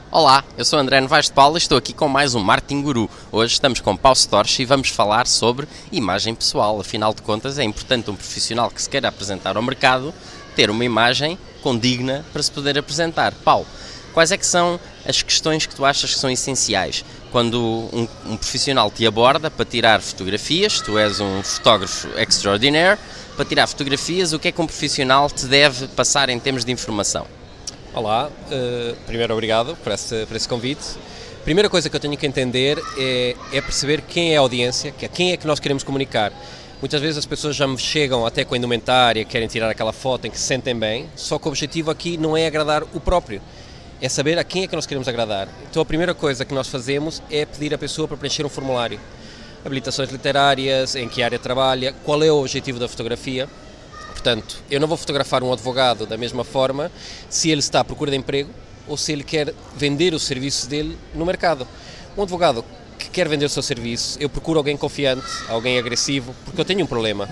Olá, eu sou André Novaes de Paula e estou aqui com mais um Marketing Guru. Hoje estamos com Paulo Storch e vamos falar sobre imagem pessoal. Afinal de contas, é importante um profissional que se queira apresentar ao mercado ter uma imagem condigna para se poder apresentar. Paulo, quais é que são as questões que tu achas que são essenciais quando um profissional te aborda para tirar fotografias? Tu és um fotógrafo extraordinaire. Para tirar fotografias, o que é que um profissional te deve passar em termos de informação? Olá, primeiro obrigado por esse convite. Primeira coisa que eu tenho que entender é perceber quem é a audiência, quem é que nós queremos comunicar. Muitas vezes as pessoas já me chegam até com a indumentária, querem tirar aquela foto em que se sentem bem, só que o objetivo aqui não é agradar o próprio, é saber a quem é que nós queremos agradar. Então a primeira coisa que nós fazemos é pedir à pessoa para preencher um formulário. Habilitações literárias, em que área trabalha, qual é o objetivo da fotografia. Portanto, eu não vou fotografar um advogado da mesma forma se ele está à procura de emprego ou se ele quer vender os serviços dele no mercado. Um advogado que quer vender o seu serviço, eu procuro alguém confiante, alguém agressivo, porque eu tenho um problema.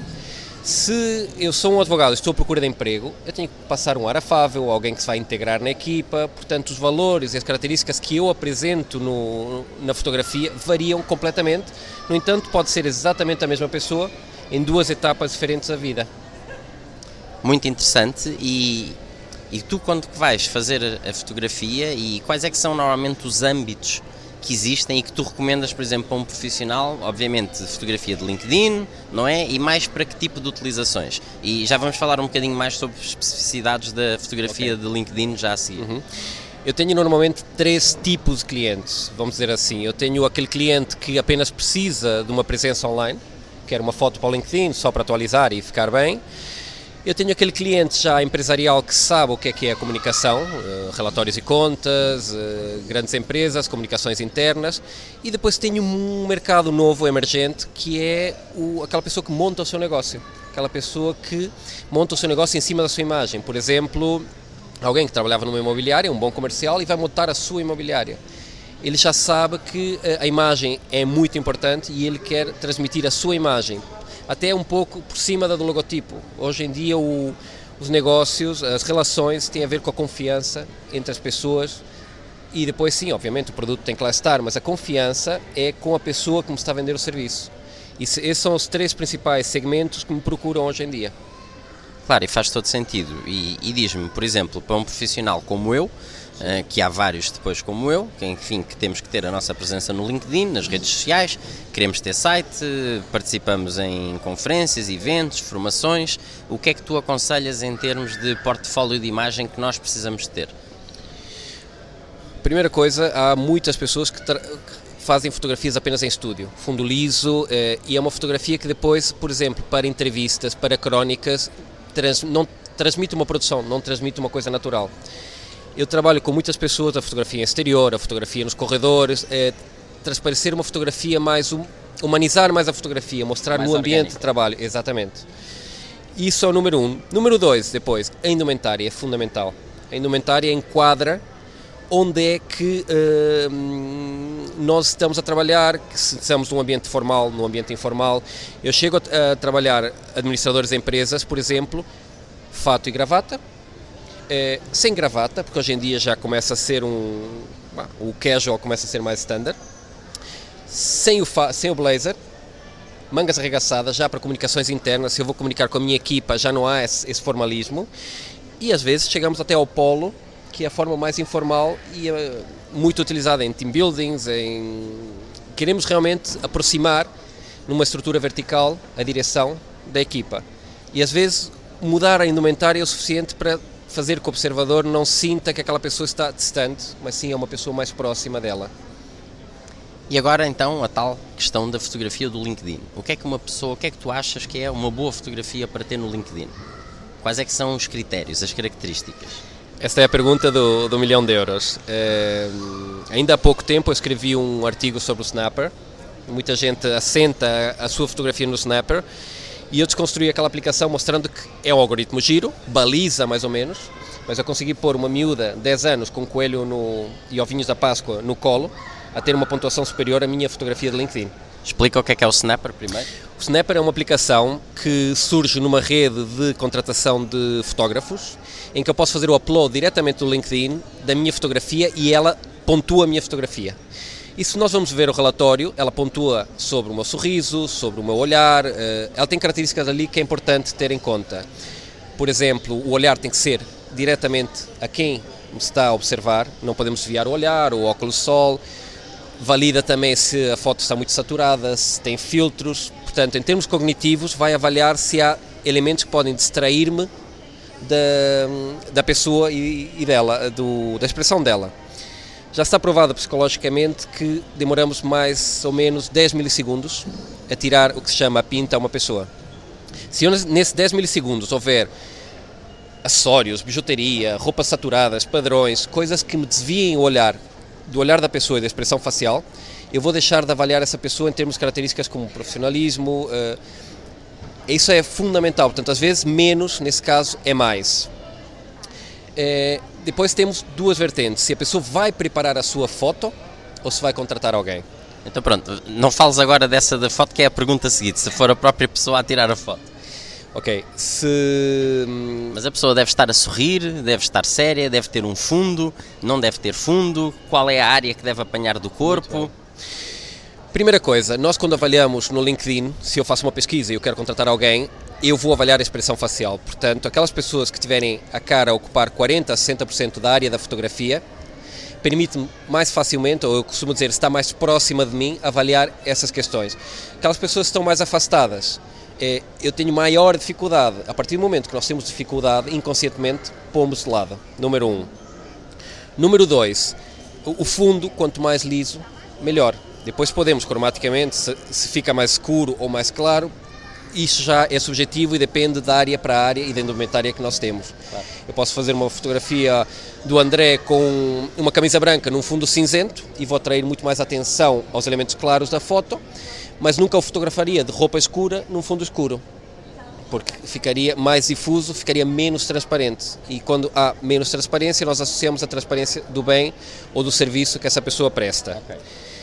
Se eu sou um advogado e estou à procura de emprego, eu tenho que passar um ar afável, alguém que se vai integrar na equipa, portanto os valores e as características que eu apresento na fotografia variam completamente, no entanto pode ser exatamente a mesma pessoa em duas etapas diferentes da vida. Muito interessante. E tu, quando vais fazer a fotografia, e quais é que são normalmente os âmbitos que existem e que tu recomendas, por exemplo, para um profissional? Obviamente de fotografia de LinkedIn, não é? E mais para que tipo de utilizações? E já vamos falar um bocadinho mais sobre especificidades da fotografia de LinkedIn já a seguir. Eu tenho normalmente três tipos de clientes, vamos dizer assim. Eu tenho aquele cliente que apenas precisa de uma presença online, quer uma foto para o LinkedIn só para atualizar e ficar bem. Eu tenho aquele cliente já empresarial que sabe o que é a comunicação, relatórios e contas, grandes empresas, comunicações internas, e depois tenho um mercado novo, emergente, que é aquela pessoa que monta o seu negócio, aquela pessoa que monta o seu negócio em cima da sua imagem. Por exemplo, alguém que trabalhava numa imobiliária, um bom comercial, e vai montar a sua imobiliária. Ele já sabe que a imagem é muito importante e ele quer transmitir a sua imagem, até um pouco por cima do logotipo. Hoje em dia os negócios, as relações têm a ver com a confiança entre as pessoas e depois sim, obviamente o produto tem que lá estar, mas a confiança é com a pessoa que me está a vender o serviço. Esses são os três principais segmentos que me procuram hoje em dia. Claro, e faz todo sentido. E diz-me, por exemplo, para um profissional como eu, que há vários depois como eu, que enfim, que temos que ter a nossa presença no LinkedIn, nas redes sociais, queremos ter site, participamos em conferências, eventos, formações. O que é que tu aconselhas em termos de portfólio de imagem que nós precisamos ter? Primeira coisa, há muitas pessoas que fazem fotografias apenas em estúdio, fundo liso, e é uma fotografia que depois, por exemplo, para entrevistas, para crónicas, não transmite uma produção, não transmite uma coisa natural. Eu trabalho com muitas pessoas, a fotografia exterior, a fotografia nos corredores, transparecer uma fotografia humanizar mais a fotografia, mostrar mais no ambiente orgânico de trabalho, exatamente. Isso é o número um. Número dois, depois, a indumentária é fundamental. A indumentária enquadra onde é que nós estamos a trabalhar, se estamos num ambiente formal, num ambiente informal. Eu chego a trabalhar administradores de empresas, por exemplo, fato e gravata, sem gravata, porque hoje em dia já começa a ser o casual começa a ser mais standard, sem o blazer, mangas arregaçadas, já para comunicações internas. Se eu vou comunicar com a minha equipa já não há esse formalismo, e às vezes chegamos até ao polo, que é a forma mais informal e muito utilizada em team buildings, queremos realmente aproximar numa estrutura vertical a direção da equipa, e às vezes mudar a indumentária é o suficiente para fazer que o observador não sinta que aquela pessoa está distante, mas sim é uma pessoa mais próxima dela. E agora então a tal questão da fotografia do LinkedIn. O que é que tu achas que é uma boa fotografia para ter no LinkedIn? Quais é que são os critérios, as características? Esta é a pergunta do milhão de euros. Ainda há pouco tempo eu escrevi um artigo sobre o Snapper. Muita gente assenta a sua fotografia no Snapper, e eu desconstruí aquela aplicação mostrando que é um algoritmo giro, baliza mais ou menos, mas eu consegui pôr uma miúda, 10 anos, com um coelho e ovinhos da Páscoa no colo, a ter uma pontuação superior à minha fotografia de LinkedIn. Explica o que é o Snapper primeiro. O Snapper é uma aplicação que surge numa rede de contratação de fotógrafos, em que eu posso fazer o upload diretamente do LinkedIn da minha fotografia e ela pontua a minha fotografia. E se nós vamos ver o relatório, ela pontua sobre o meu sorriso, sobre o meu olhar, ela tem características ali que é importante ter em conta. Por exemplo, o olhar tem que ser diretamente a quem me está a observar, não podemos desviar o olhar, o óculos de sol, valida também se a foto está muito saturada, se tem filtros, portanto, em termos cognitivos, vai avaliar se há elementos que podem distrair-me da pessoa e dela, da expressão dela. Já está provado psicologicamente que demoramos mais ou menos 10 milissegundos a tirar o que se chama a pinta a uma pessoa. Se eu, nesses 10 milissegundos houver acessórios, bijuteria, roupas saturadas, padrões, coisas que me desviem o olhar do olhar da pessoa e da expressão facial, eu vou deixar de avaliar essa pessoa em termos de características como profissionalismo. Isso é fundamental, portanto, às vezes menos, nesse caso, é mais. Depois temos duas vertentes, se a pessoa vai preparar a sua foto ou se vai contratar alguém. Então pronto, não fales agora dessa da foto, que é a pergunta seguinte, se for a própria pessoa a tirar a foto. Ok, Mas a pessoa deve estar a sorrir, deve estar séria, deve ter um fundo, não deve ter fundo, qual é a área que deve apanhar do corpo? Primeira coisa, nós quando avaliamos no LinkedIn, se eu faço uma pesquisa e eu quero contratar alguém, eu vou avaliar a expressão facial. Portanto, aquelas pessoas que tiverem a cara a ocupar 40% a 60% da área da fotografia, permite-me mais facilmente, ou eu costumo dizer, está mais próxima de mim, avaliar essas questões. Aquelas pessoas que estão mais afastadas, eu tenho maior dificuldade. A partir do momento que nós temos dificuldade, inconscientemente, pomos de lado. Número 1. Número 2, o fundo, quanto mais liso, melhor. Depois podemos, cromaticamente, se fica mais escuro ou mais claro, isso já é subjetivo e depende da área para área e da indumentária que nós temos. Claro. Eu posso fazer uma fotografia do André com uma camisa branca num fundo cinzento e vou atrair muito mais atenção aos elementos claros da foto, mas nunca o fotografaria de roupa escura num fundo escuro, porque ficaria mais difuso, ficaria menos transparente. E quando há menos transparência, nós associamos a transparência do bem ou do serviço que essa pessoa presta. Okay.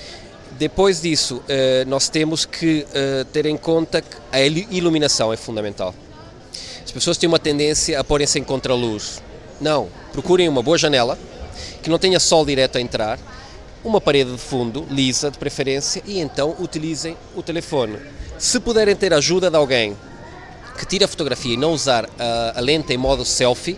Depois disso, nós temos que ter em conta que a iluminação é fundamental. As pessoas têm uma tendência a porem-se em contraluz. Não, procurem uma boa janela, que não tenha sol direto a entrar, uma parede de fundo, lisa de preferência, e então utilizem o telefone. Se puderem ter a ajuda de alguém que tire a fotografia e não usar a lente em modo selfie,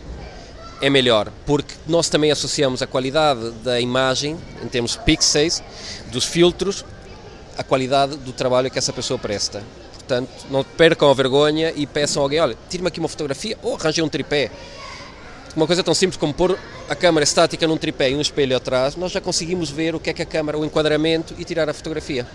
é melhor, porque nós também associamos a qualidade da imagem, em termos de pixels, dos filtros, a qualidade do trabalho que essa pessoa presta. Portanto, não percam a vergonha e peçam a alguém, olha, tire-me aqui uma fotografia ou arranjem um tripé. Uma coisa tão simples como pôr a câmera estática num tripé e um espelho atrás, nós já conseguimos ver o que é a câmera, o enquadramento e tirar a fotografia.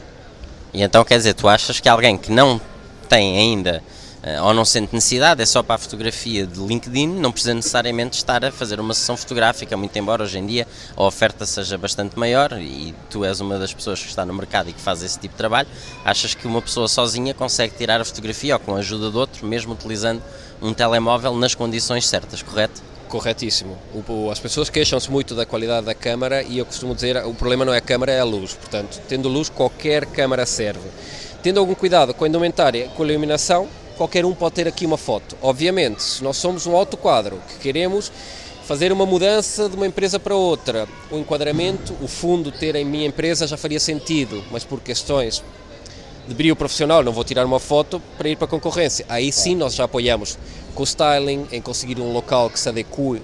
E então, quer dizer, tu achas que alguém que não tem ainda ou não sente necessidade, é só para a fotografia de LinkedIn, não precisa necessariamente estar a fazer uma sessão fotográfica, muito embora hoje em dia a oferta seja bastante maior e tu és uma das pessoas que está no mercado e que faz esse tipo de trabalho. Achas que uma pessoa sozinha consegue tirar a fotografia ou com a ajuda de outro, mesmo utilizando um telemóvel nas condições certas, correto? Corretíssimo. As pessoas queixam-se muito da qualidade da câmara e eu costumo dizer, o problema não é a câmara, é a luz. Portanto, tendo luz, qualquer câmara serve. Tendo algum cuidado com a indumentária, com a iluminação, qualquer um pode ter aqui uma foto. Obviamente, se nós somos um autoquadro que queremos fazer uma mudança de uma empresa para outra, o enquadramento, o fundo ter em minha empresa já faria sentido, mas por questões de brilho profissional não vou tirar uma foto para ir para a concorrência. Aí sim nós já apoiamos com o styling, em conseguir um local que se adeque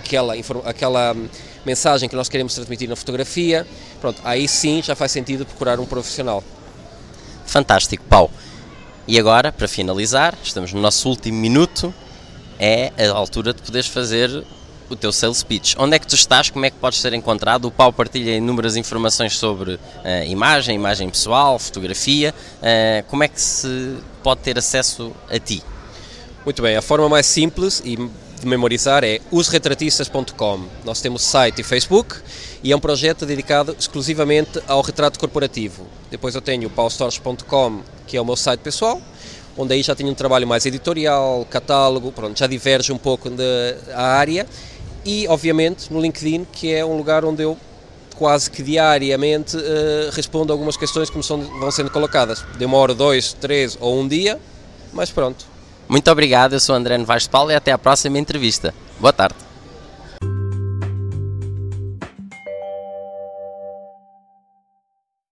àquela mensagem que nós queremos transmitir na fotografia. Pronto, aí sim já faz sentido procurar um profissional. Fantástico, Paulo. E agora, para finalizar, estamos no nosso último minuto, é a altura de poderes fazer o teu sales pitch. Onde é que tu estás? Como é que podes ser encontrado? O Paulo partilha inúmeras informações sobre imagem pessoal, fotografia. Como é que se pode ter acesso a ti? Muito bem, a forma mais simples e de memorizar é osretratistas.com. Nós temos site e Facebook e é um projeto dedicado exclusivamente ao retrato corporativo. Depois eu tenho o paulstorch.com, que é o meu site pessoal, onde aí já tenho um trabalho mais editorial, catálogo, pronto, já diverge um pouco da área. E, obviamente, no LinkedIn, que é um lugar onde eu quase que diariamente respondo a algumas questões que vão sendo colocadas. Demora 2, 3 ou um dia, mas pronto. Muito obrigado, eu sou André Novaes de Paulo e até à próxima entrevista. Boa tarde.